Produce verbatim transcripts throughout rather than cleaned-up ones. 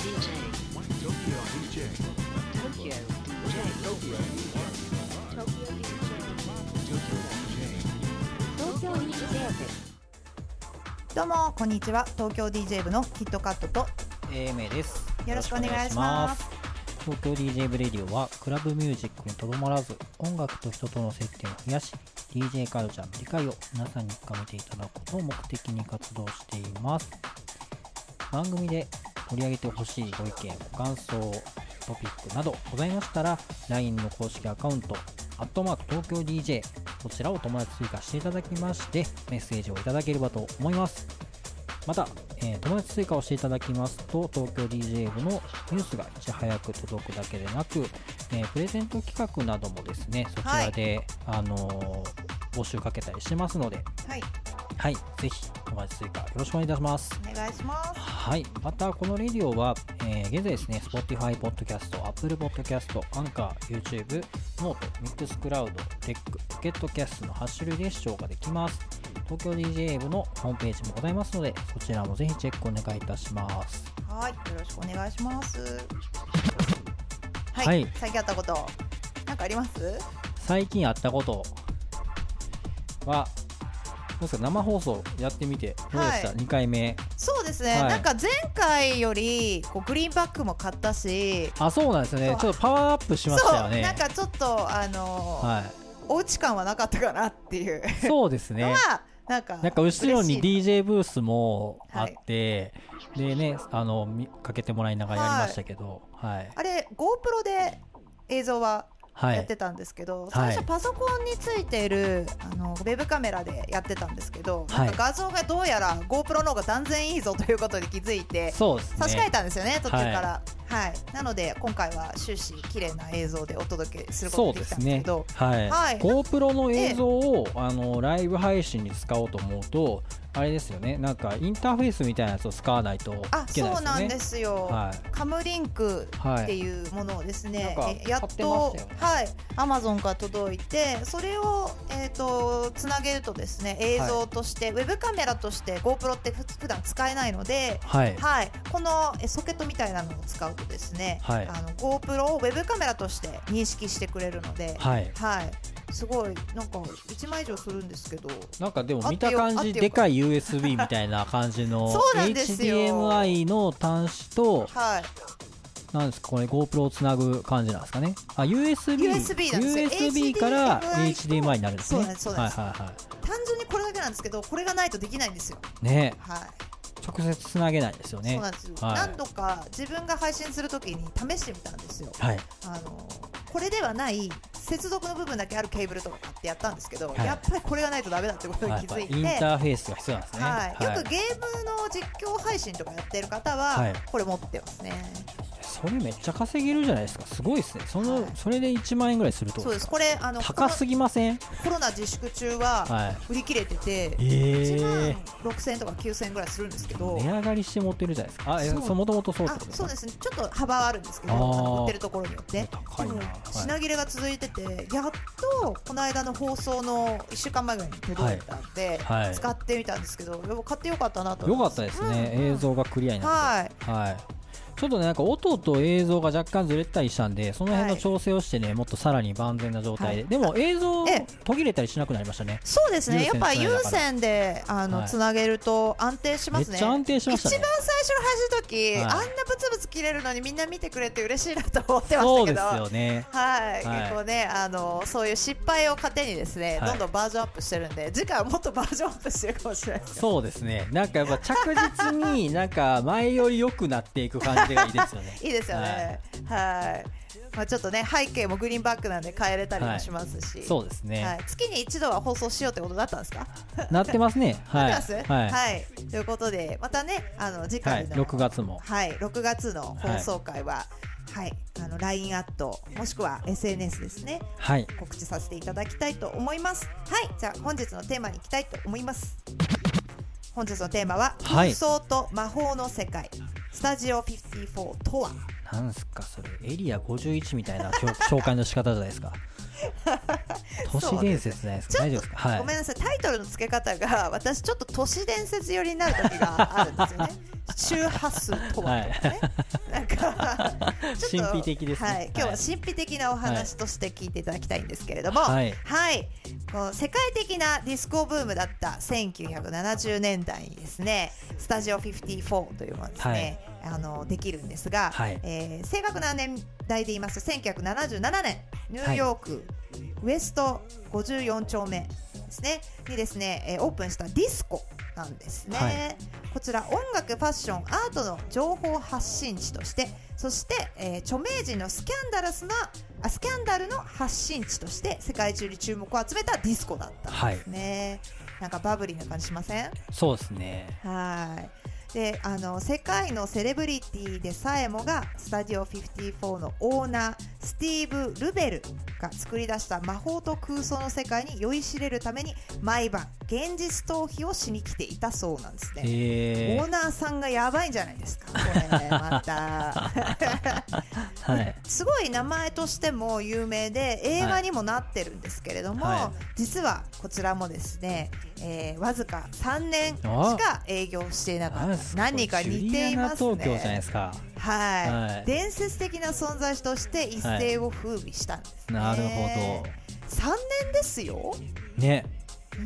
どうもこんにちは。東京 ディージェー 部のキットカットとエーエムエー です。 よろしくお願いします。 東京 ディージェー 部レディオはクラブミュージックにとどまらず音楽と人との接点を増やし ディージェー カルチャーの理解を皆さんに深めていただくことを目的に活動しています。番組で取り上げてほしいご意見、ご感想、トピックなどございましたら ライン の公式アカウントアットマーク東京 ディージェー こちらを友達追加していただきましてメッセージをいただければと思います。また、えー、友達追加をしていただきますと東京 ディージェー 部のニュースがいち早く届くだけでなく、えー、プレゼント企画などもですねそちらで、はい、あのー、募集かけたりしてますので、はい、はい、ぜひ友達追加よろしくお願いいたします。 お願いします。 はい、またこのレディオは、えー、現在ですね Spotify Podcast、Apple Podcast、Anchor、YouTube、Note、Mixcloud、Tech、ポケットキャストのはち種類で視聴ができます。東京 ディージェー 部のホームページもございますのでそちらもぜひチェックお願いいたします。 はい、よろしくお願いします。はい、 はい、 最近あったことなんかあります？ 最近あったことはどうですか、生放送やってみてどうでした、はい、にかいめ。そうですね、 はい、なんか前回よりこうグリーンバッグも買ったし。 あ、そうなんですよね、ちょっとパワーアップしましたよね。 そう、なんかちょっとあのーはい、おうち感はなかったかなっていう。 そうですねまあなんかなんか後ろに ディージェー ブースもあって、はい、でねあのかけてもらいながらやりましたけど、はいはい、 あれ GoPro で映像はやってたんですけど、はい、最初パソコンについているあのウェブカメラでやってたんですけど、はい、なんか画像がどうやら GoPro の方が断然いいぞということに気づいて、そうですね、差し替えたんですよね途中から、はいはい、なので今回は終始綺麗な映像でお届けすることができたんですけど、 そうですね、はいはい、GoPro の映像をあのライブ配信に使おうと思うとあれですよね、なんかインターフェースみたいなやつを使わないといけないですよね。あ、そうなんですよ、はい、カムリンクっていうものをですね、はい、やっと、ね、はい、Amazon から届いてそれを、えーと、つなげるとですね映像として、はい、ウェブカメラとして GoPro って普段使えないので、はいはい、このソケットみたいなのを使うとですね、はい、あの GoPro をウェブカメラとして認識してくれるので、はいはい、すごいなんかいちまん以上するんですけど、なんかでも見た感じでかい ユーエスビー みたいな感じのエイチディーエムアイ の端子と、はい、なんですかこれ GoPro をつなぐ感じなんですかね。あ、 ユーエスビーユーエスビー なんですよ。 ユーエスビー から エイチディーエムアイ になるんですね。 そうですそうです、はいはいはい、単純にこれだけなんですけどこれがないとできないんですよね、はい、直接つなげないですよね。 そうなんですよ、はい、何度か自分が配信するときに試してみたんですよ、はい、あのこれではない接続の部分だけあるケーブルとか買ってやったんですけど、はい、やっぱりこれがないとダメだってことに気づいて、 インターフェースが必要なんですね、はいはい、よくゲームの実況配信とかやってる方はこれ持ってますね、はい、 それめっちゃ稼げるじゃないですか。すごいですね。その、はい、それでいちまんえんぐらいすると。 そうです。これあの高すぎません？ コロナ自粛中は売り切れてて、はい、いちまんろくせんえんとかきゅうせんえんぐらいするんですけど、 値上がりして持ってるじゃないですか。あ、え、そう、もともとそうってことですか？ そうですね。ちょっと幅はあるんですけど売ってるところによって高いな、はい、 品切れが続いててやっとこの間の放送のいっしゅうかんまえぐらいに届いたんで、はいはい、使ってみたんですけど買ってよかったなと思います。 よかったですね、うんうん、映像がクリアになって、はい、はい、ちょっとねなんか音と映像が若干ずれたりしたんでその辺の調整をしてね、はい、もっとさらに万全な状態で、はい、でも映像途切れたりしなくなりましたね。 そうですね、やっぱ有線であの、はい、つなげると安定しますね。 めっちゃ安定しましたね。 一番最初の配信の時、はい、あんなブツブツ切れるのにみんな見てくれて嬉しいなと思ってましたけど、 そうですよね、 はい、はい、結構ねあのそういう失敗を糧にですね、はい、どんどんバージョンアップしてるんで次回はもっとバージョンアップしてるかもしれないです。 そうですね、なんかやっぱ着実になんか前より良くなっていく感じがいいですよね。 いいですよね、はい、はい、まあ、ちょっとね背景もグリーンバックなんで変えれたりもしますし、はい、 そうですね、 はい、月に一度は放送しようってことになったんですか？ なってますね、はい、 なってます、はいはい、ということでまたねあの次回の、 はい、ろくがつも、 はい、ろくがつの放送回は、はいはい、あの ライン アットもしくは エスエヌエス ですね、はい、告知させていただきたいと思います。はい、じゃあ本日のテーマに行きたいと思います。本日のテーマは空想と魔法の世界、はい、スタジオフィフティーフォーとは。 なんすかそれ、エリアごじゅういちみたいな紹介の仕方じゃないですか。都市伝説じゃないですか。大丈夫ですか？はい、 ごめんなさい、タイトルの付け方が私ちょっと都市伝説寄りになる時があるんですよね。周波数とはとかね、はい、なん神秘的ですね、 はい、今日は神秘的なお話として聞いていただきたいんですけれども、はい、はい、こう世界的なディスコブームだったせんきゅうひゃくななじゅうねんだいにですね、スタジオごじゅうよんというのがですね、はい、あのできるんですが、はい、えー、正確な年代で言いますとせんきゅうひゃくななじゅうななねんニューヨーク、はい、ウエストごじゅうよんちょうめですねにですね、えー、オープンしたディスコなんですね、はい、こちら音楽、ファッション、アートの情報発信地として、そして、えー、著名人のスキャンダラスなあスキャンダルの発信地として世界中に注目を集めたディスコだったんですね、はい、なんかバブリーな感じしません？ そうですね。 はいであの世界のセレブリティでさえもがスタジオごじゅうよんのオーナースティーブ・ルベルが作り出した魔法と空想の世界に酔いしれるために毎晩現実逃避をしに来ていたそうなんですね。オーナーさんがやばいんじゃないですかこれまた、はい、すごい名前としても有名で映画にもなってるんですけれども、はい、実はこちらもですね、えー、わずかさんねんしか営業していなかった。何か似ていますね。 東京じゃないですか。 はい、はい、伝説的な存在として一世を風靡したんですね、 はい、なるほど。 さんねんですよね、 うん、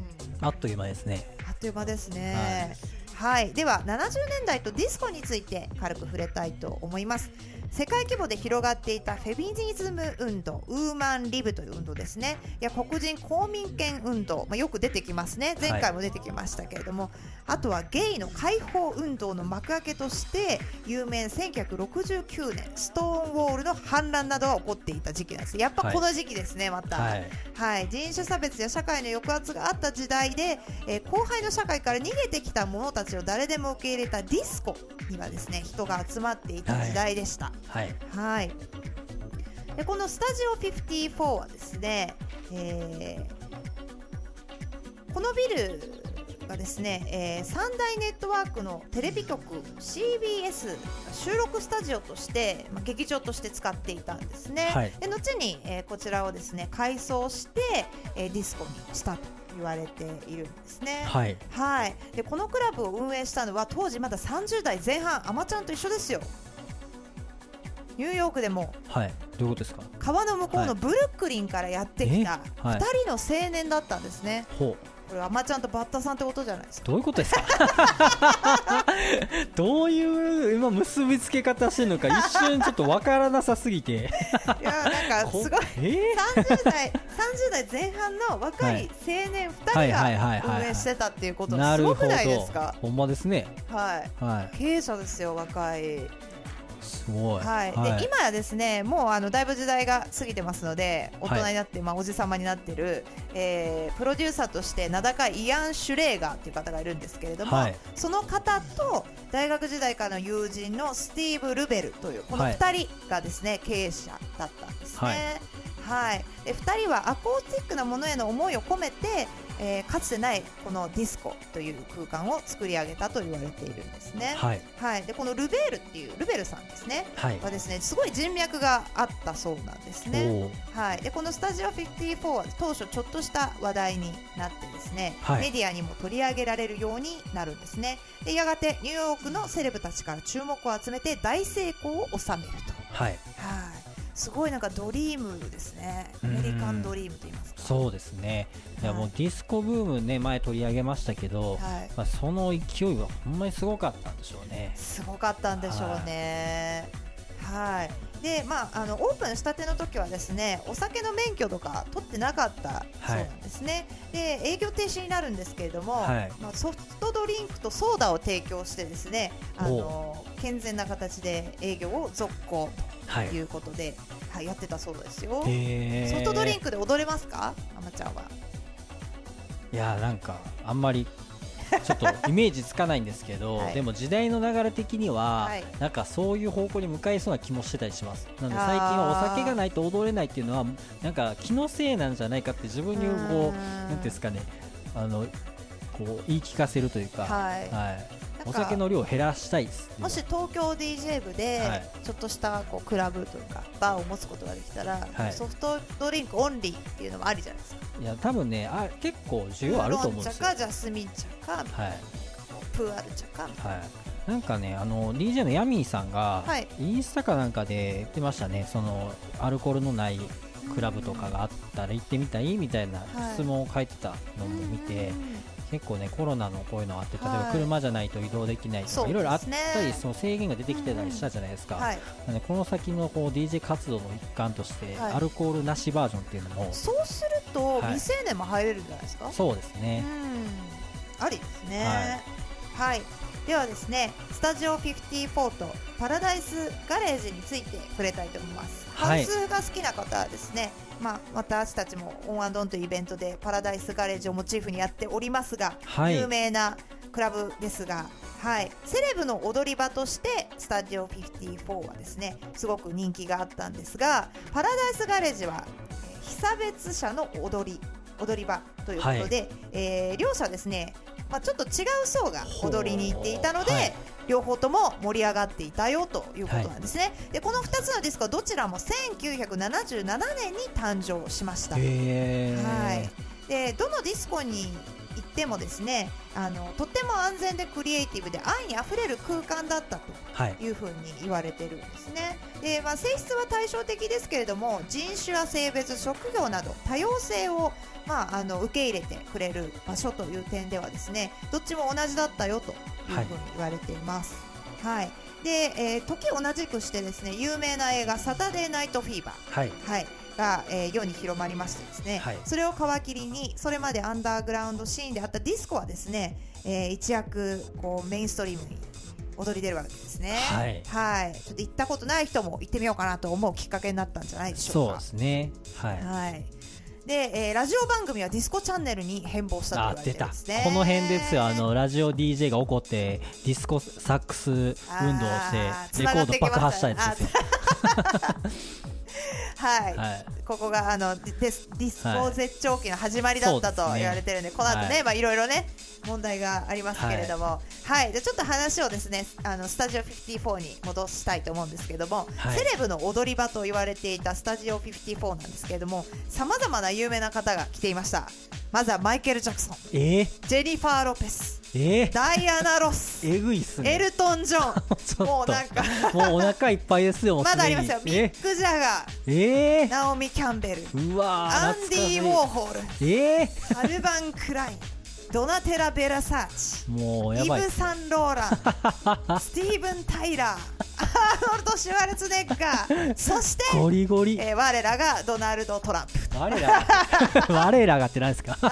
あっという間ですね。 あっという間ですね、はいはい、ではななじゅうねんだいとディスコについて軽く触れたいと思います。世界規模で広がっていたフェミニズム運動、ウーマンリブという運動ですね。いや黒人公民権運動、まあ、よく出てきますね。前回も出てきましたけれども、はい、あとはゲイの解放運動の幕開けとして有名せんきゅうひゃくろくじゅうきゅうねんストーンウォールの反乱などが起こっていた時期なんです。やっぱこの時期ですね、はい、また、はいはい、人種差別や社会の抑圧があった時代で、えー、荒廃の社会から逃げてきた者たちを誰でも受け入れたディスコにはですね人が集まっていた時代でした、はいはい、でこのスタジオごじゅうよんはですね、えー、このビルがですね、えー、三大ネットワークのテレビ局 シービーエス 収録スタジオとして、まあ、劇場として使っていたんですね、はい、で後に、えー、こちらをですね改装して、えー、ディスコにしたと言われているんですね、はいはい、でこのクラブを運営したのは当時まださんじゅうだいぜん半、アマちゃんと一緒ですよ。ニューヨークでも、 はい、どういうことですか？川の向こうのブルックリンからやってきたふたりの青年だったんですね、はい、これアマちゃんとバッタさんってことじゃないですか。 どういうことですか？どういう今結びつけ方してるのか一瞬ちょっとわからなさすぎていやなんかすごい、えー、さんじゅうだいさんじゅうだいぜん半の若い青年ふたりが運営してたっていうことはすごくないですか？ ほんまですね、 はい、はい、経営者ですよ、若い。 すごい、 はいはい、で今はですねもうあのだいぶ時代が過ぎてますので大人になって、はい、まあ、おじさまになってる、えー、プロデューサーとして名高いイアン・シュレーガーという方がいるんですけれども、はい、その方と大学時代からの友人のスティーブ・ルベルというこのふたりがですね、はい、経営者だったんですね、はいはい、でふたりはアコースティックなものへの思いを込めて、えー、かつてないこのディスコという空間を作り上げたと言われているんですね、はいはい、でこのルベールっていうルベルさんですね、はい、はですねすごい人脈があったそうなんですね、はい、でこのスタジオごじゅうよんは当初ちょっとした話題になってですね、はい、メディアにも取り上げられるようになるんですね。でやがてニューヨークのセレブたちから注目を集めて大成功を収めると、はい、はい、すごいなんかドリームですね。アメリカンドリームと言いますか。 そうですね、いやもうディスコブームね前取り上げましたけど、はい、まあ、その勢いはほんまにすごかったんでしょうね。 すごかったんでしょうね。はい、はい、でまあ、あのオープンしたての時はですねお酒の免許とか取ってなかったそうなんですね、はい、で営業停止になるんですけれども、はい、まあ、ソフトドリンクとソーダを提供してですねあの健全な形で営業を続行ということで、はいはい、やってたそうですよ。ソフトドリンクで踊れますか、あまちゃんは？ いやなんかあんまりちょっとイメージつかないんですけど、はい、でも時代の流れ的には、はい、なんかそういう方向に向かいそうな気もしてたりします。なので最近はお酒がないと踊れないっていうのはなんか気のせいなんじゃないかって自分にこうなんですかね、あのこう言い聞かせるというか、はい、はい、お酒の量を減らしたいです。 もし東京 ディージェー 部でちょっとしたこうクラブというかバーを持つことができたら、はい、ソフトドリンクオンリーっていうのもありじゃないですか。 いや多分ねあ結構需要あると思うんですよ。 ウーロン茶かジャスミン茶か、はい、プーアル茶か、はい、 なんかねあの ディージェー のヤミーさんが、はい、インスタかなんかで言ってましたね。そのアルコールのないクラブとかがあったら行ってみたいみたいな質問を書いてたのも見て、はい、結構ねコロナのこういうのあって、例えば車じゃないと移動できないとか、はい、いろいろあったり、その制限が出てきてたりしたじゃないですか、はい、なのでこの先のこう ディージェー 活動の一環として、はい、アルコールなしバージョンっていうのも、 そうすると未成年も入れるんじゃないですか。 はい、そうですね、 うん、ありですね。はい、はい、ではですね、スタジオフィフティフォーとパラダイスガレージについて触れたいと思います。ハウスが好きな方はですね、まあ、私たちもオンアンドンというイベントでパラダイスガレージをモチーフにやっておりますが、はい、有名なクラブですが、はい、セレブの踊り場としてスタジオフィフティフォーはですねすごく人気があったんですが、パラダイスガレージは被差別者の踊り踊り場ということで、はい、えー、両者ですね、まあ、ちょっと違う層が踊りに行っていたので、はい、両方とも盛り上がっていたよということなんですね。はい、でこのふたつのディスコはどちらもせんきゅうひゃくななじゅうななねんに誕生しました。へー、はい、でどのディスコに行ってもですね、あのとっても安全でクリエイティブで愛にあふれる空間だったというふうに言われてるんですね。で、まあ、性質は対照的ですけれども、人種や性別、職業など多様性を、まあ、あの受け入れてくれる場所という点ではですね、どっちも同じだったよというふうに言われています。はい、はい、で、えー、時同じくしてですね、有名な映画サタデーナイトフィーバー、はいはい、が、えー、世に広まりましてですね、はい、それを皮切りにそれまでアンダーグラウンドシーンであったディスコはですね、えー、一躍こうメインストリームに踊り出るわけですね。はい、はい、ちょっと行ったことない人も行ってみようかなと思うきっかけになったんじゃないでしょうか。 そうですね、はい、はい、 で、えー、ラジオ番組はディスコチャンネルに変貌したと言われてるんですね。 この辺ですよ、あのラジオ ディージェー が怒ってディスコサックス運動をしてレコード爆破したやつですよ。はい、はい、ここがあのディス、ディスコ絶頂期の始まりだったと言われてるんで、はい、この後ね、はい、まあいろいろね問題がありますけれども、はい、はい、じゃあちょっと話をですね、あのスタジオフィフティフォーに戻したいと思うんですけども、はい、セレブの踊り場と言われていたスタジオフィフティフォーなんですけれども、さまざまな有名な方が来ていました。まずはマイケル・ジャクソン、えー、ジェニファー・ロペス、えー、ダイアナ・ロス、えぐいっすね、 エルトン・ジョンもうなんかもうお腹いっぱいですよ。 まだありますよ、ミック・ジャガー、えー、ナオミ・キャンベル、うわアンディ・ウォーホール、えー、アルバン・クライン、ドナテラ・ベラサーチ、もうやばい、イブ・サンローランスティーブン・タイラー、アーノルド・シュワルツネッガー、そしてゴリゴリ、えー、我らがドナルド・トランプ。 我ら我らがって何ですか。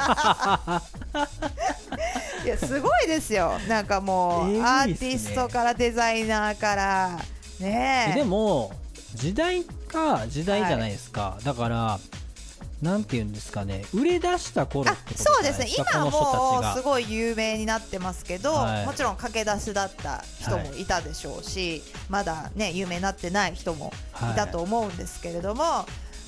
いやすごいですよ。なんかもう、えー、アーティストからデザイナーからね。 でも時代か時代じゃないですか、はい、だからなんていうんですかね、売れ出した頃ってことじゃないですか。そうですね、 今はもうすごい有名になってますけど、はい、もちろん駆け出しだった人もいたでしょうし、はい、まだね有名になってない人もいたと思うんですけれども、はい、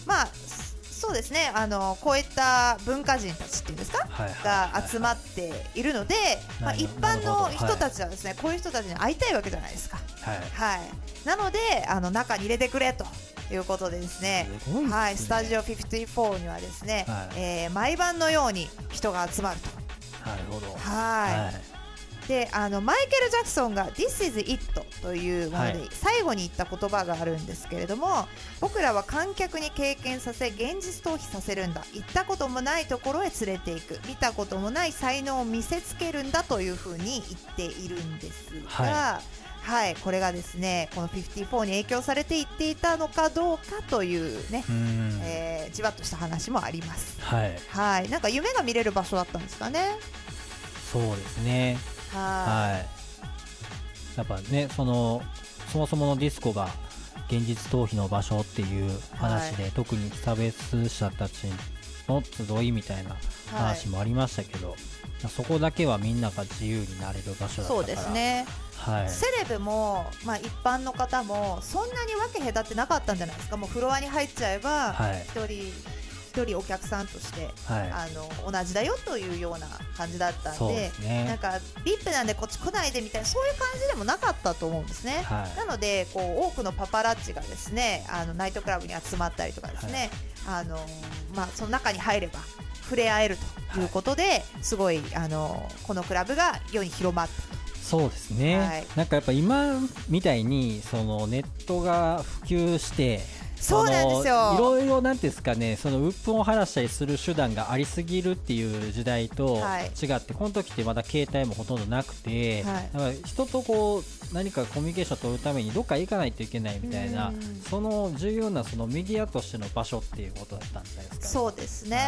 まあそうですね、あのこういった文化人たちっていうんですか、はいはいはいはい、が集まっているので、まあ、一般の人たちはですね、はい、こういう人たちに会いたいわけじゃないですか。はいはい、なのであの中に入れてくれということでですね、すごいですね、はい、スタジオフィフティフォーにはですね、はい、えー、毎晩のように人が集まると。なるほど。はい、はい、であのマイケル・ジャクソンが This is it というもので最後に言った言葉があるんですけれども、はい、僕らは観客に経験させ現実逃避させるんだ、行ったこともないところへ連れていく、見たこともない才能を見せつけるんだというふうに言っているんですが、はいはい、これがですねこのフィフティフォーに影響されていっていたのかどうかというね、えー、じわっとした話もあります。はい、はい、なんか夢が見れる場所だったんですかね。 そうですね、はい、やっぱね、そのそもそものディスコが現実逃避の場所っていう話で、はい、特に差別者たちの集いみたいな話もありましたけど、はい、そこだけはみんなが自由になれる場所だったから。 そうですね、はい、セレブも、まあ、一般の方もそんなに分け隔ってなかったんじゃないですか。もうフロアに入っちゃえば、はい、一人一人お客さんとして、はい、あの同じだよというような感じだったん で, そうです、ね、なんか ブイアイピー なんでこっち来ないでみたいなそういう感じでもなかったと思うんですね、はい、なのでこう多くのパパラッチがですねあのナイトクラブに集まったりとかですね、はい、あのまあ、その中に入れば触れ合えるということで、はい、すごいあのこのクラブが世に広まったそうですね、はい、なんかやっぱ今みたいにそのネットが普及してそうなんですよ、 いろいろなんですかね、その鬱憤を晴らしたりする手段がありすぎるっていう時代と違って、はい、この時ってまだ携帯もほとんどなくて、はい、だから人とこう何かコミュニケーションを取るためにどっか行かないといけないみたいな、その重要なそのメディアとしての場所っていうことだったんじゃないですか、ね、 そうですね、はい、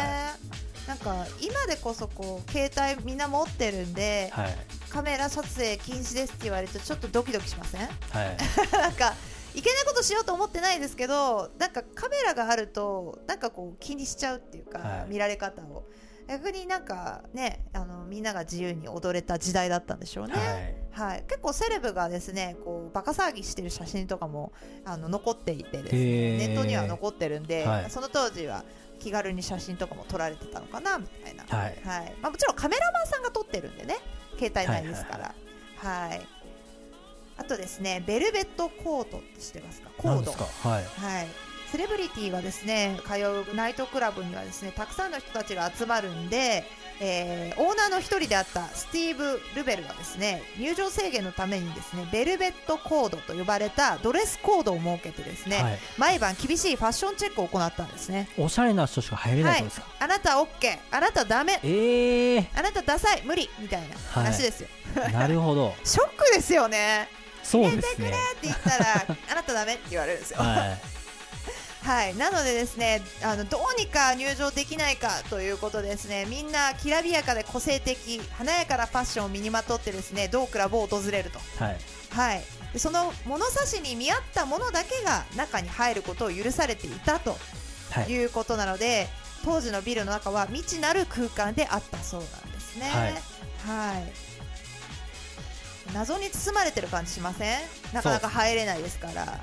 なんか今でこそこう携帯みんな持ってるんで、はい、カメラ撮影禁止ですって言われるとちょっとドキドキしません？はい、なんかいけないことしようと思ってないですけど、なんかカメラがあるとなんかこう気にしちゃうっていうか、はい、見られ方を逆になんかね、あのみんなが自由に踊れた時代だったんでしょうね、はいはい、結構セレブがですねこうバカ騒ぎしてる写真とかもあの残っていてですね、ネットには残ってるんで、はい、その当時は気軽に写真とかも撮られてたのかなみたいな、はいはい、まあ、もちろんカメラマンさんが撮ってるんでね、携帯ないですから、はいはいはい、あとですねベルベットコードって知ってますか？コード、はいはい、セレブリティがですね通うナイトクラブにはですねたくさんの人たちが集まるんで、えー、オーナーの一人であったスティーブ・ルベルがですね入場制限のためにですねベルベットコードと呼ばれたドレスコードを設けてですね、はい、毎晩厳しいファッションチェックを行ったんですね。 おしゃれな人しか入れないんですか？ はい、あなた OK、 あなたダメ、えー、あなたダサい無理みたいな話ですよ、 はい、なるほどショックですよね。 そうですね、 入れてくれって言ったらあなたダメって言われるんですよ、はいはい、なのでですねあのどうにか入場できないかということでですねみんなきらびやかで個性的華やかなファッションを身にまとってですね同クラブを訪れると、はいはい、でその物差しに見合ったものだけが中に入ることを許されていたということなので、はい、当時のビルの中は未知なる空間であったそうなんですね、はいはい、謎に包まれてる感じしません？なかなか入れないですから。はい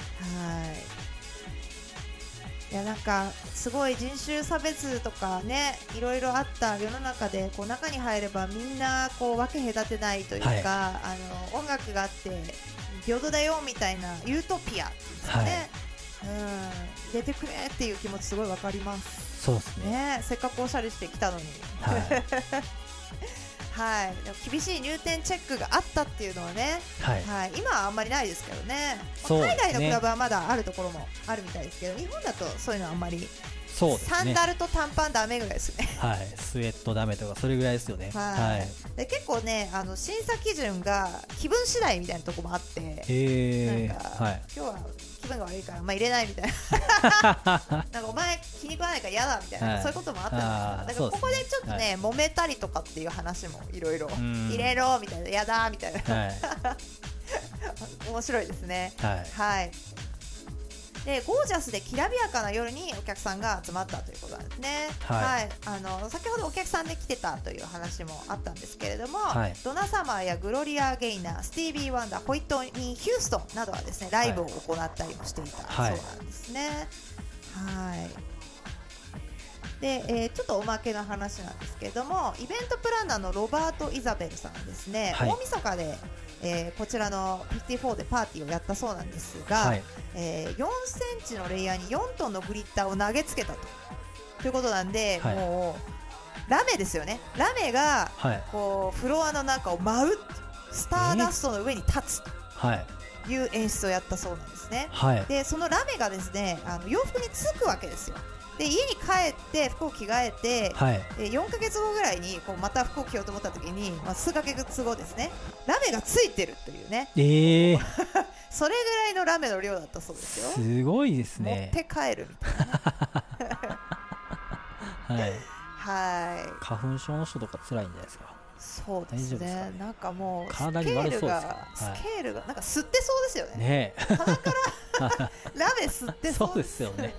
、いやなんかすごい人種差別とかねいろいろあった世の中でこう中に入ればみんなこう分け隔てないというか、はい、あの音楽があって平等だよみたいなユートピアですかね、はい、うん、出てくれっていう気持ちすごい分かります。 そうですね、 ね、せっかくおしゃれしてきたのに、はいはい、厳しい入店チェックがあったっていうのはね、はいはい、今はあんまりないですけど ね, まあ、海外のクラブはまだあるところもあるみたいですけど日本だとそういうのはあんまり。そうですね、サンダルと短パンダメぐらいですね、 はい、スウェットダメとかそれぐらいですよね、はいはい、 で結構ねあの審査基準が気分次第みたいなところもあって、へなんか、はい、今日は気分が悪いから、まあ、入れないみたいななんかお前気に食わないから嫌だみたいな、はい、そういうこともあったんですがだからここでちょっとね、はい、揉めたりとかっていう話もいろいろ入れろみたいな嫌だみたいな、はい、面白いですね、はい、はい、でゴージャスできらびやかな夜にお客さんが集まったということなんですね、はいはい、あの先ほどお客さんで来てたという話もあったんですけれども、はい、ドナサマーやグロリア・ゲイナー、スティービー・ワンダー、ホイットニー・ヒューストンなどはですねライブを行ったりもしていたそうなんですね、はいはい、でえー、ちょっとおまけの話なんですけれどもイベントプランナーのロバート・イザベルさんですね、はい、大晦日でえー、こちらのフィフティーフォーでパーティーをやったそうなんですが、はい、えー、よんセンチのレイヤーによんトンのグリッターを投げつけたとということなんで、はい、もうラメですよね、ラメがこうフロアの中を舞うスターダストの上に立つという演出をやったそうなんですね、はい、でそのラメがですねあの洋服につくわけですよ。で家に帰って服を着替えて、はい、よんかげつごぐらいにこうまた服を着ようと思った時に、まあ、数か月後ですねラメがついてるというね、えー、それぐらいのラメの量だったそうですよ。 すごいですね。 持って帰るみたいなはい、はい、 花粉症の人とか辛いんじゃないですか。 そうですね、ね、なんかもうスケールが、はい、 スケールがなんか吸ってそうですよね。ね鼻からラメ吸ってそうですよね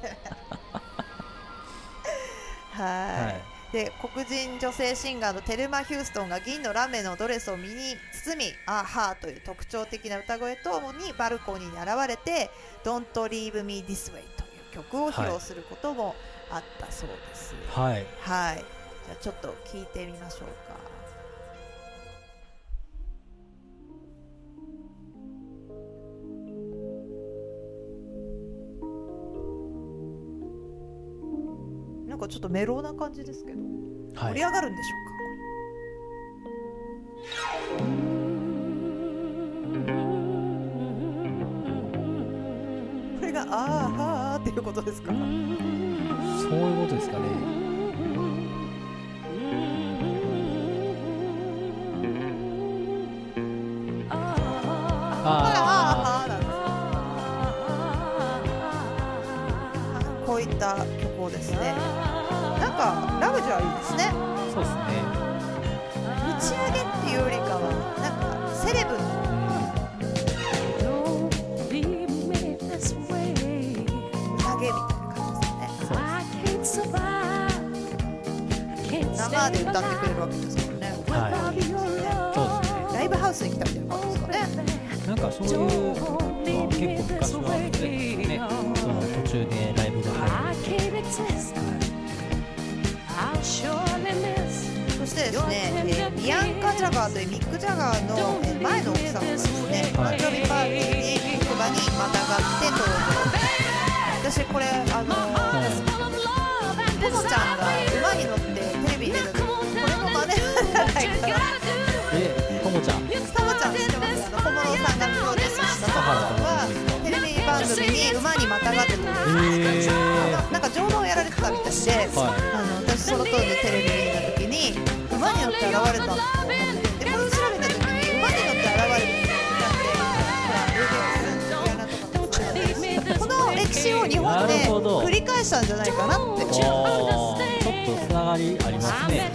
はい、はい、で黒人女性シンガーのテルマ・ヒューストンが銀のラメのドレスを身に包みアーハーという特徴的な歌声ともにバルコニーに現れて Don't Leave Me This Way という曲を披露することもあったそうです。はい、はい、じゃあちょっと聞いてみましょうか。なんかちょっとメロな感じですけど、はい、盛り上がるんでしょうかこれ。 あーっていうことですか？そういうことですかね。 ああ、こういった曲をですね、なんかラグジュアリーですね。 そうですね。 打ち上げっていうよりかはなんかセレブの宴みたいな感じですね。生で歌ってくれるわけですからね。 はい、そうですね。 ライブハウスに来たみたいな感じですかね。 なんかそういうのは結構昔はあってね、その途中でライブが入る。 そしてですね、えー、ビアンカ・ジャガーというミック・ジャガーの、えー、前の奥様がですね、誕生日パーティーに職場にまたがって登場。私これあのー、ともちゃんが馬に乗ってテレビに出るこれの真似じゃないかな。 え、ともちゃん。 ともちゃん知ってます？あの小室さんがプロデュースしたのはテレビ番組に馬にまたがって登場して、なんか乗馬をやられてたみたいで、はい、あの私その当時テレビ見た時に馬に乗って現れたって思って、でこれを調べた時に馬に乗って現れるって言ったんで、ほらルービックスのやなとかこの歴史を日本で繰り返したんじゃないかなって。 ちょっとつながりありますね。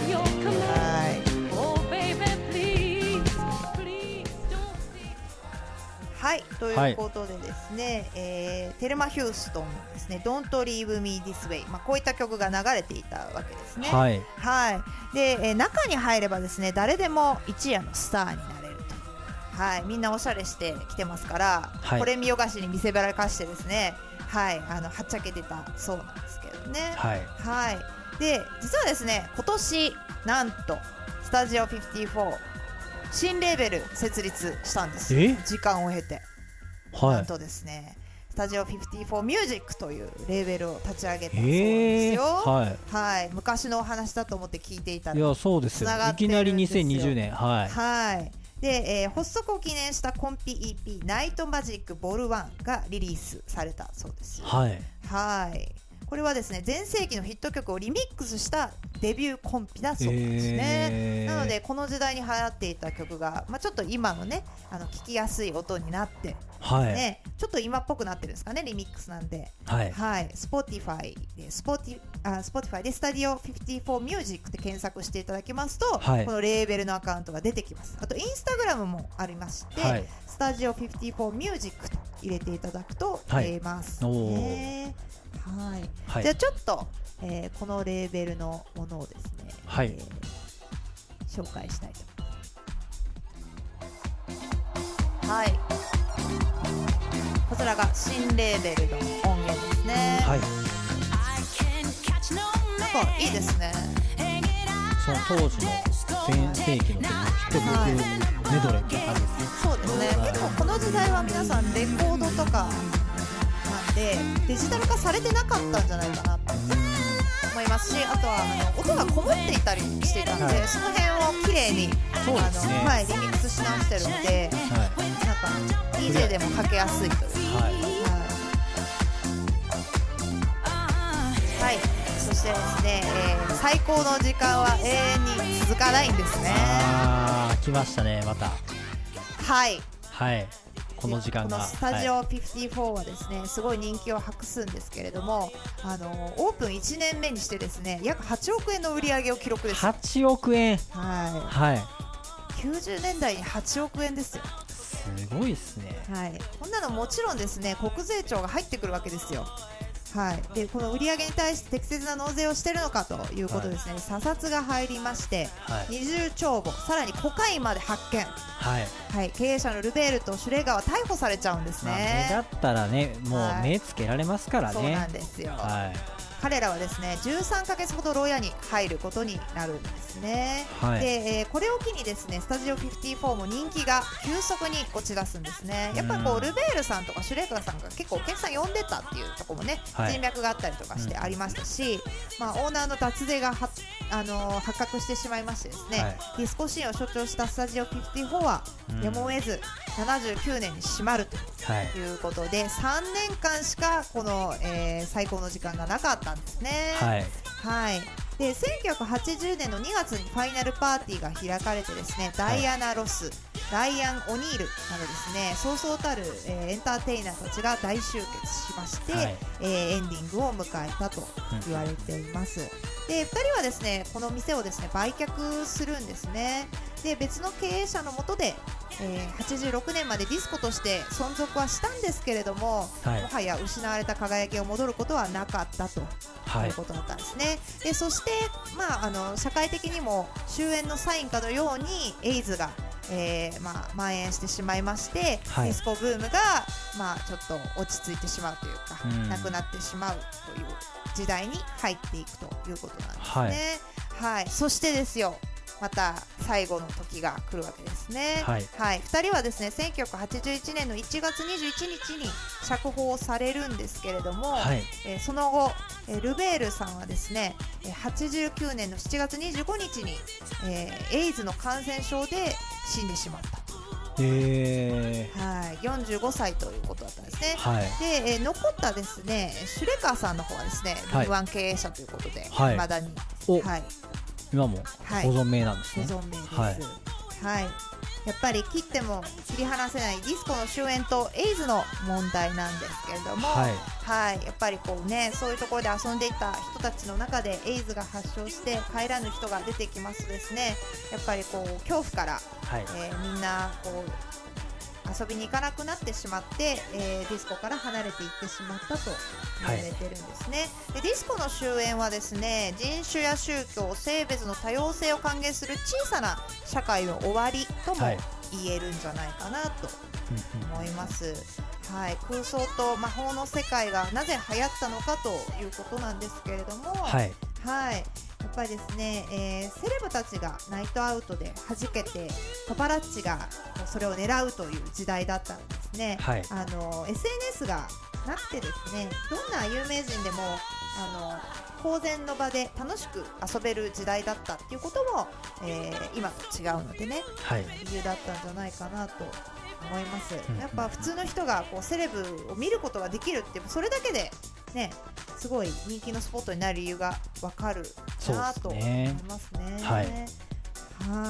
はい、ということでですね、はい、えー、テルマ・ヒューストンのですね Don't Leave Me This Way、まあ、こういった曲が流れていたわけですね。 はい、 はい、で、えー、中に入ればですね誰でも一夜のスターになれると、はい、みんなおしゃれしてきてますから、はい、これ見よがしに見せびらかしてですね、はい、あのはっちゃけてたそうなんですけどね。 はい、はい、 で実はですね今年なんとスタジオごじゅうよん新レーベル設立したんですよ。時間を経て、はい、なんとですねスタジオごじゅうよんミュージックというレーベルを立ち上げたそうなんですよ。はい、はい、昔のお話だと思って聞いていたら、 いやそうですよ、いきなりにせんにじゅうねん、はい、 はい、で、えー、発足を記念したコンピ イーピー ナイトマジックボルワンがリリースされたそうですよ。 はい、 はい、これはですね全盛期のヒット曲をリミックスしたデビューコンピだそうですね、えー、なのでこの時代に流行っていた曲が、まあ、ちょっと今のねあの聴きやすい音になって、はいね、ちょっと今っぽくなってるんですかね、リミックスなんで、はいはい、Spotify で Spotify あ Spotify でスタジオごじゅうよんミュージックで検索していただきますと、はい、このレーベルのアカウントが出てきます。あとインスタグラムもありまして、はい、スタジオごじゅうよんミュージックと入れていただくと見えますね。はい、はい、じゃあちょっと、えー、このレーベルのものをですね、はい、えー、紹介したいと思います。はい、こちらが新レーベルの音源ですね。はい、なんかいいですね。 その当時の全盛期のヒット曲メドレーって感じですね。 そうですね、結構この時代は皆さんレコードとかでデジタル化されてなかったんじゃないかなと思いますし、あとはあの音がこもっていたりしていたので、はい、その辺をきれいに、ね、あの、はい、リミックスし直してるので、はい、なんか ディージェー でもかけやすいという、はいはいはい、そしてですね、えー、最高の時間は永遠に続かないんですね。 あー、来ましたね、また。 はいはい、この時間がこのスタジオごじゅうよんはですね、はい、すごい人気を博すんですけれども、あのオープンいちねんめにしてですね約はちおくえんの売り上げを記録です。 はちおくえん、 はい、はい、きゅうじゅうねんだいにはちおくえんですよ。 すごいですね。 はい、こんなのもちろんですね国税庁が入ってくるわけですよ。はい、でこの売り上げに対して適切な納税をしているのかということですね、はい、査察が入りまして、はい、二重帳簿、さらにコカインまで発見、はいはい、経営者のルベールとシュレーガーは逮捕されちゃうんですね。まあ、 目だったらね、もう目つけられますからね、はい、 そうなんですよ、はい、彼らはですねじゅうさんかげつほど牢屋に入ることになるんですね、はい、でえー、これを機にですねスタジオごじゅうよんも人気が急速に落ち出すんですね。やっぱりこうルベールさんとかシュレーガーさんが結構お客さん呼んでたっていうところもね、はい、人脈があったりとかしてありましたし、うん、まあ、オーナーの脱税が発あのー、発覚してしまいましてですね、はい、ディスコシーンを象徴したスタジオフィフティフォーはやむを得ずななじゅうきゅうねんに閉まるということで、はい、さんねんかんしかこの、えー、最高の時間がなかったんですね。はい、はい、でせんきゅうひゃくはちじゅうねんのにがつにファイナルパーティーが開かれてですね、ダイアナ・ロス、はい、ライアン・オニールなどですね、そうそうたる、えー、エンターテイナーたちが大集結しまして、はい、えー、エンディングを迎えたと言われています。でふたりはですねこの店をですね売却するんですね。で別の経営者の下で、えー、はちじゅうろくねんまでディスコとして存続はしたんですけれども、はい、もはや失われた輝きを戻ることはなかったと、はい、いうことだったんですね。でそして、まあ、あの社会的にも終焉のサインかのようにエイズがえーまあ、蔓延してしまいまして、はい、ディスコブームが、まあ、ちょっと落ち着いてしまうというか、うん、なくなってしまうという時代に入っていくということなんですね。はいはい、そしてですよまた最後の時が来るわけですね。はいはい、ふたりはですねせんきゅうひゃくはちじゅういちねんのいちがつにじゅういちにちに釈放されるんですけれども、はい、えー、その後、えー、ルベールさんはですねはちじゅうきゅうねんのしちがつにじゅうごにちに、えー、エイズの感染症で死んでしまった。へー、はい、よんじゅうごさいということだったんですね。はい、で、えー、残ったですねシュレカーさんの方はですね ビーワン 経営者ということで、はい、未だに、はい、 今もご存命なんですね。 ご存命です。はい、はい、やっぱり切っても切り離せないディスコの終焉とエイズの問題なんですけれども、はいはい、やっぱりこうねそういうところで遊んでいた人たちの中でエイズが発症して帰らぬ人が出てきますとですね、やっぱりこう恐怖から、はい、えー、みんなこう遊びに行かなくなってしまって、えー、ディスコから離れていってしまったと言われてるんですね。はい、でディスコの終焉はですね人種や宗教性別の多様性を歓迎する小さな社会の終わりとも言えるんじゃないかなと思います。はい、空想と魔法の世界がなぜ流行ったのかということなんですけれども、はい、はい、やっぱりですね、えー、セレブたちがナイトアウトで弾けてパパラッチがそれを狙うという時代だったんですね。はい、あの エスエヌエス がなくてですねどんな有名人でもあの公然の場で楽しく遊べる時代だったっていうことも、えー、今と違うのでね、はい、理由だったんじゃないかなと思います。やっぱ普通の人がこうセレブを見ることができるってそれだけでねすごい人気のスポットになる理由がわかるなと思いますね。はい、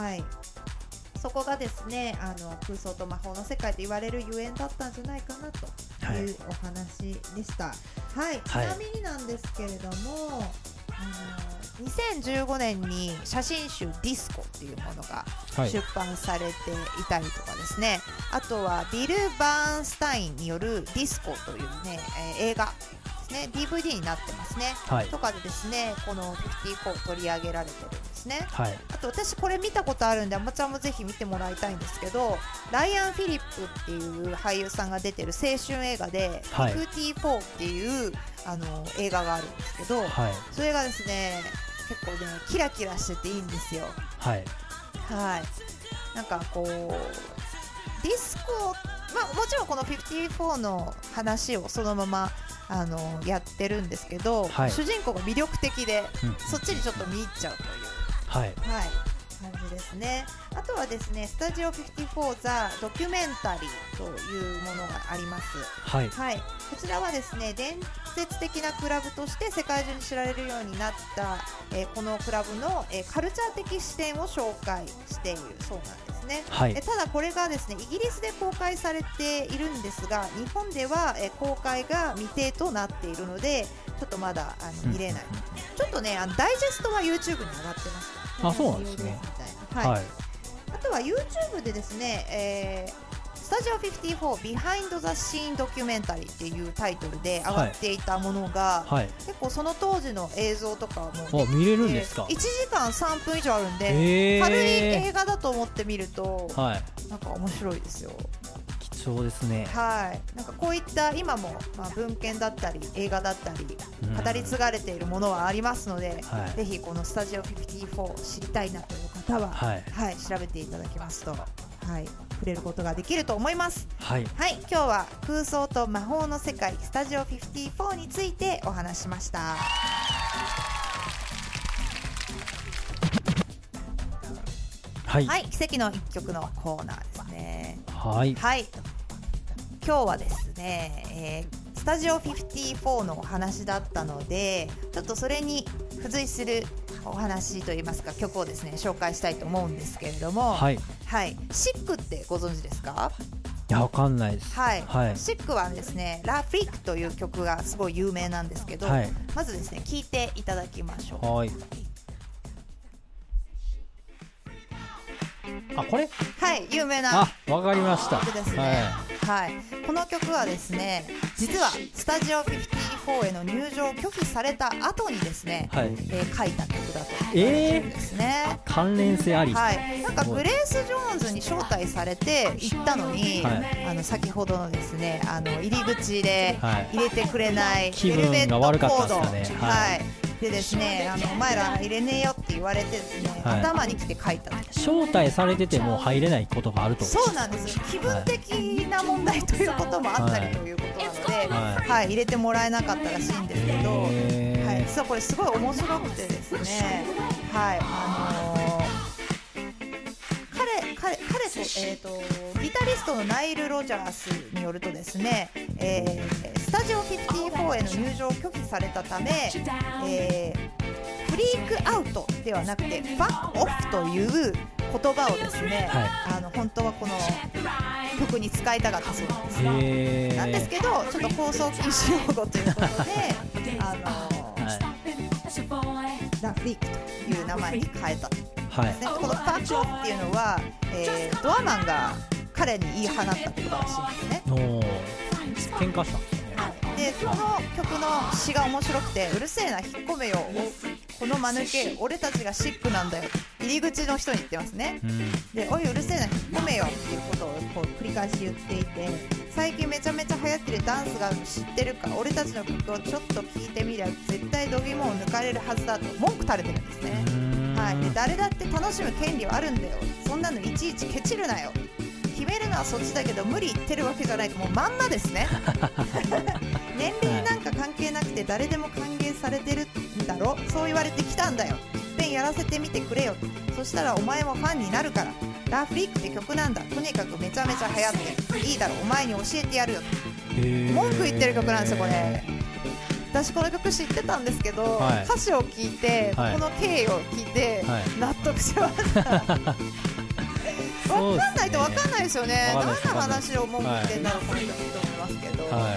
はい、そこがですねあの空想と魔法の世界と言われるゆえんだったんじゃないかなというお話でした。はい、はい、ちなみになんですけれども、あのにせんじゅうごねんに写真集ディスコっていうものが出版されていたりとかですね、はい、あとはビル・バーンスタインによるディスコというね、えー、映画ね、ディーブイディー になってますね、はい、とかでですねこのフィフティフォー取り上げられてるんですね。はい、あと私これ見たことあるんであまちゃんもぜひ見てもらいたいんですけど、ライアン・フィリップっていう俳優さんが出てる青春映画で、はい、フィフティフォーっていうあの映画があるんですけど、はい、それがですね結構ねキラキラしてていいんですよ。はい、はい、なんかこうディスコ、まあ、もちろんこのフィフティフォーの話をそのままあのやってるんですけど、はい、主人公が魅力的で、うん、そっちにちょっと見入っちゃうという、はいはい、感じですね。あとはですねスタジオフィフティフォーザドキュメンタリーというものがあります。はい、はい、こちらはですね伝説的なクラブとして世界中に知られるようになった、えー、このクラブの、えー、カルチャー的視点を紹介しているそうなんですね。はい、えただこれがですねイギリスで公開されているんですが日本では、えー、公開が未定となっているのでちょっとまだあの見れない、うん、ちょっとねあのダイジェストは YouTube に上がってます。 あ、そうなんですね。 はいはい、あとは YouTube でですね、えー、スタジオフィフティフォー Behind the Scene Documentary っていうタイトルで上がっていたものが、はいはい、結構その当時の映像とかも見れるんですか。 いちじかんさんぷん以上あるんで軽い映画だと思って見ると、はい、なんか面白いですよ。 貴重ですね。はい、 なんかこういった今も、まあ、文献だったり映画だったり語り継がれているものはありますので、はい、ぜひこのスタジオフィフティフォー知りたいなという方は、はいはい、調べていただきますと、はい、触れることができると思います。はい、はい、今日は空想と魔法の世界スタジオフィフティフォーについてお話しました。 はい、 はい、奇跡の一曲のコーナーですね。 はい、 はい、今日はですね、えー、スタジオフィフティーフォーのお話だったので、ちょっとそれに付随するお話といいますか曲をですね紹介したいと思うんですけれども、 はい、 はい、シックってご存知ですか？ いや、わかんないです。 はい、はい、シックはですねラ・フリックという曲がすごい有名なんですけど、はい、まずですね聴いていただきましょう。 はい、あ、これ？ はい、有名な。 あ、わかりました。 ですね。はい、はい、この曲はですね、実はスタジオフィフティーフォーへの入場を拒否された後にですね、はい、えー、書いた曲だと言われてるんですね。 えー、関連性あり。 はい、なんかグレース・ジョーンズに招待されて行ったのに、はい、あの先ほどのですね、あの入り口で入れてくれない、はい、 ベルベットコード、はいはいでですね、あのお前ら入れねえよって言われてですね、はい、頭にきて書いた。 招待されてても入れないことがあると。 そうなんです。気分的な問題ということもあったりということなので、はいはい、入れてもらえなかったらしいんですけど、はい、実はこれすごい面白くてですね、はい、あのー、彼彼彼と、えーとギタリストのナイル・ロジャースによるとですね、えー、スタジオフィフティーフォーへの入場を拒否されたため、えー、フリークアウトではなくてファックオフという言葉をですね、はい、あの本当はこの曲に使いたかったそうなんですよ。なんですけどちょっと放送禁止用語ということであの、はい、ラ・フリークという名前に変えた、はい、このファックオフっていうのは、えー、ドアマンが彼に言い放った言葉らしいんですね。 お喧嘩したんですね。 はい、でこの曲の詩が面白くて、うるせえな引っ込めよこの間抜け俺たちがシックなんだよ入り口の人に言ってますね、うん、でおいうるせえな引っ込めよっていうことをこう繰り返し言っていて、最近めちゃめちゃ流行ってるダンスが知ってるか、俺たちの曲をちょっと聴いてみりゃ絶対度肝を抜かれるはずだと文句垂れてるんですね。はい、で誰だって楽しむ権利はあるんだよ、そんなのいちいちケチるなよ、決めるのはそっちだけど無理言ってるわけじゃないか、もうまんまですね年齢なんか関係なくて誰でも歓迎されてるんだろ、そう言われてきたんだよ、いっぺんやらせてみてくれよ、そしたらお前もファンになるから、ラ・フリックって曲なんだ、とにかくめちゃめちゃ流行ってる、いいだろお前に教えてやるよ、文句言ってる曲なんですよこれ。私この曲知ってたんですけど、はい、歌詞を聴いて、はい、この経緯を聞いて、はい、納得しました分かんないと分かんないですよね。何の話を文句言ってんだろうこの人と思いますけど、はいはい、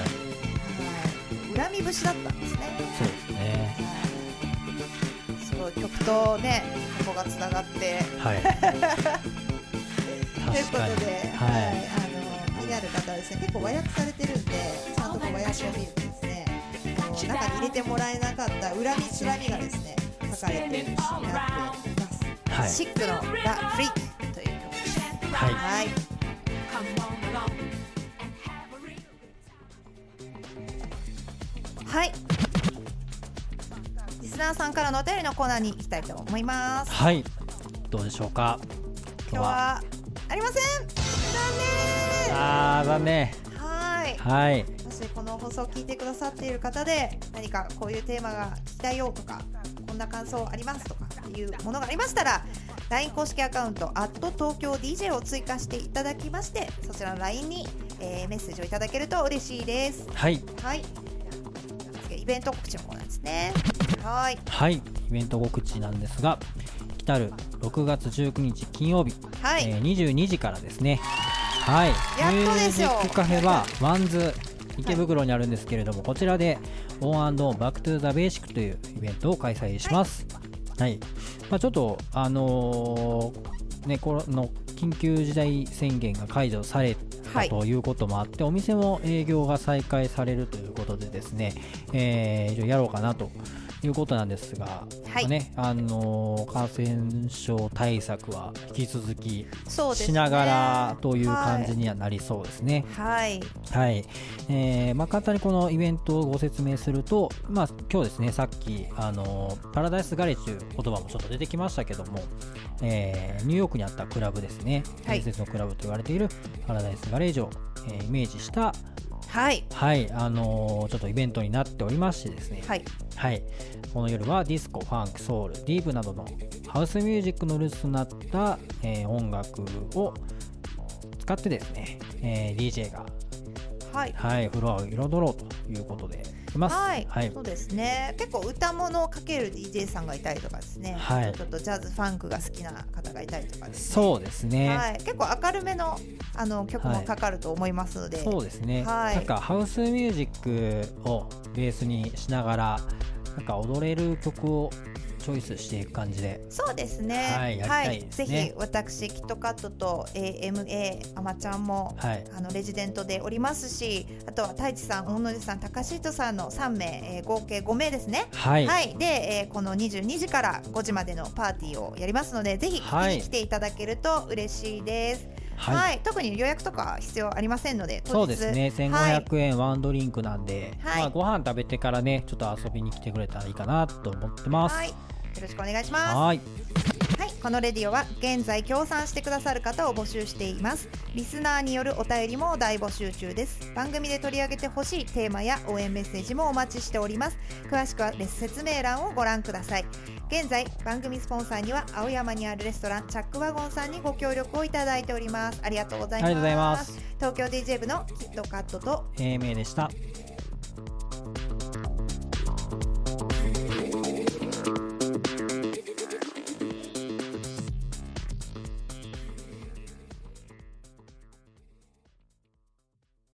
恨み節だったんですね。 そうですね、 はい、すごい曲とねここがつながって、はい、ということで、はい、あの気になる方はですね結構和訳されてるんでちゃんと和訳を見るとですね、あの中に入れてもらえなかった恨みつらみがですね書かれている詩になっています、はい、シックのラ・フリークという曲です。はい、はい、はい、リスナーさんからのお便りのコーナーに行きたいと思います。 はい、どうでしょうか。 今日はありません。残念。 あー残念。 はい、 はい、 もしこの放送を聞いてくださっている方で何かこういうテーマが聞きたいよとかこんな感想ありますとかいうものがありましたら ライン 公式アカウント アット 東京 ディージェー を追加していただきまして、そちらの ライン に、えー、メッセージをいただけると嬉しいです。 はい、 はい、イベント告知のコーナーですね。はい、 はい、イベント告知なんですが、来たるろくがつじゅうくにち金曜日、はい、えー、にじゅうにじからですね。はい、 やっとですよ。 ミュージックカフェはワンズ池袋にあるんですけれども、はい、こちらでオン&オンバックトゥザベーシックというイベントを開催します。はい、はい、まあ、ちょっとあのー、ねこの緊急事態宣言が解除されたということもあって、はい、お店も営業が再開されるということでですね、えー、やろうかなということなんですが、はい、ね、あのー、感染症対策は引き続きしながらという感じにはなりそうですね。 はい、 はい、えーまあ、簡単にこのイベントをご説明すると、まあ、今日ですね、さっき、あのー、パラダイスガレージという言葉もちょっと出てきましたけども、えー、ニューヨークにあったクラブですね、伝説のクラブと言われているパラダイスガレージを、えー、イメージしたはい、 はい、あのー、ちょっとイベントになっておりましてですね、 はい、 はい、この夜はディスコ、ファンク、ソウル、ディープなどのハウスミュージックのルーツとなった、えー、音楽を使ってですね、えー、ディージェー が、 はいはい、フロアを彩ろうということでいます。 はい、はい、そうですね。結構歌物をかける ディージェー さんがいたりとかですね、はい、ちょっとジャズファンクが好きな方がいたりとかですね。 そうですね、 はい、結構明るめのあの曲もかかると思いますので、 はい、そうですね、 はい、 なんかハウスミュージックをベースにしながらなんか踊れる曲をチョイスしていく感じで、 そうですね、 はい、やりたいですね。 はい、ぜひ私キットカットと エーエムエー あまちゃんも、はい、あのレジデントでおりますし、あとは太一さん、大野寺さん、高シートさんのさんめい、えー、合計ごめいですね。 はい、 はい、で、えー、このにじゅうにじからごじまでのパーティーをやりますので、ぜひ聞きに来ていただけると嬉しいです。はいはい、特に予約とか必要ありませんので、 そうですね、せんごひゃくえんワンドリンクなんで、はい、まあ、ご飯食べてからねちょっと遊びに来てくれたらいいかなと思ってます。 はい、よろしくお願いします。 はい、 はい、このレディオは現在協賛してくださる方を募集しています。リスナーによるお便りも大募集中です。番組で取り上げてほしいテーマや応援メッセージもお待ちしております。詳しくは説明欄をご覧ください。現在番組スポンサーには青山にあるレストランチャックワゴンさんにご協力をいただいております。ありがとうございます。 ありがとうございます。 東京 ディージェー 部のキットカットとエーエムエー でした。